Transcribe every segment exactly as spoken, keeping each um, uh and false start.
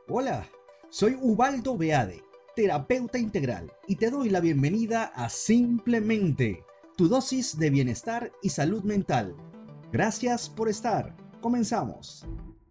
Hola, soy Ubaldo Beade, terapeuta integral, y te doy la bienvenida a Simplemente, tu dosis de bienestar y salud mental. Gracias por estar. Comenzamos.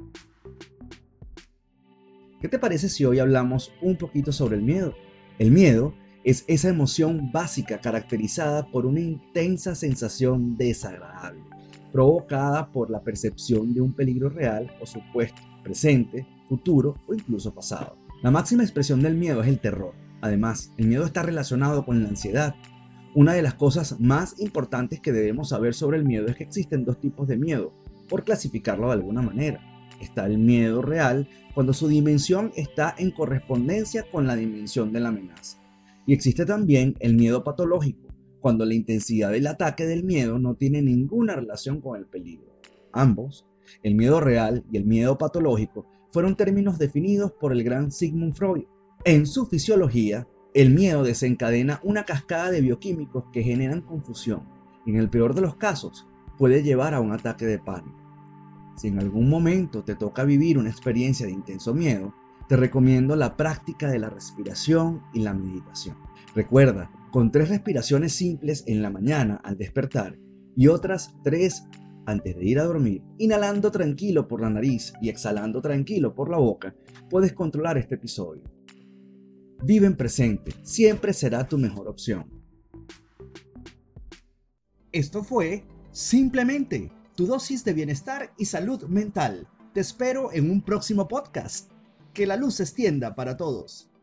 ¿Qué te parece si hoy hablamos un poquito sobre el miedo? El miedo es esa emoción básica caracterizada por una intensa sensación desagradable, provocada por la percepción de un peligro real o supuesto, presente, futuro o incluso pasado. La máxima expresión del miedo es el terror. Además, el miedo está relacionado con la ansiedad. Una de las cosas más importantes que debemos saber sobre el miedo es que existen dos tipos de miedo, por clasificarlo de alguna manera. Está el miedo real, cuando su dimensión está en correspondencia con la dimensión de la amenaza. Y existe también el miedo patológico, cuando la intensidad del ataque del miedo no tiene ninguna relación con el peligro. Ambos, el miedo real y el miedo patológico, fueron términos definidos por el gran Sigmund Freud. En su fisiología, el miedo desencadena una cascada de bioquímicos que generan confusión. En el peor de los casos, puede llevar a un ataque de pánico. Si en algún momento te toca vivir una experiencia de intenso miedo, te recomiendo la práctica de la respiración y la meditación. Recuerda, con tres respiraciones simples en la mañana al despertar y otras tres antes de ir a dormir, inhalando tranquilo por la nariz y exhalando tranquilo por la boca, puedes controlar este episodio. Vive en presente, siempre será tu mejor opción. Esto fue Simplemente, tu dosis de bienestar y salud mental. Te espero en un próximo podcast. Que la luz se extienda para todos.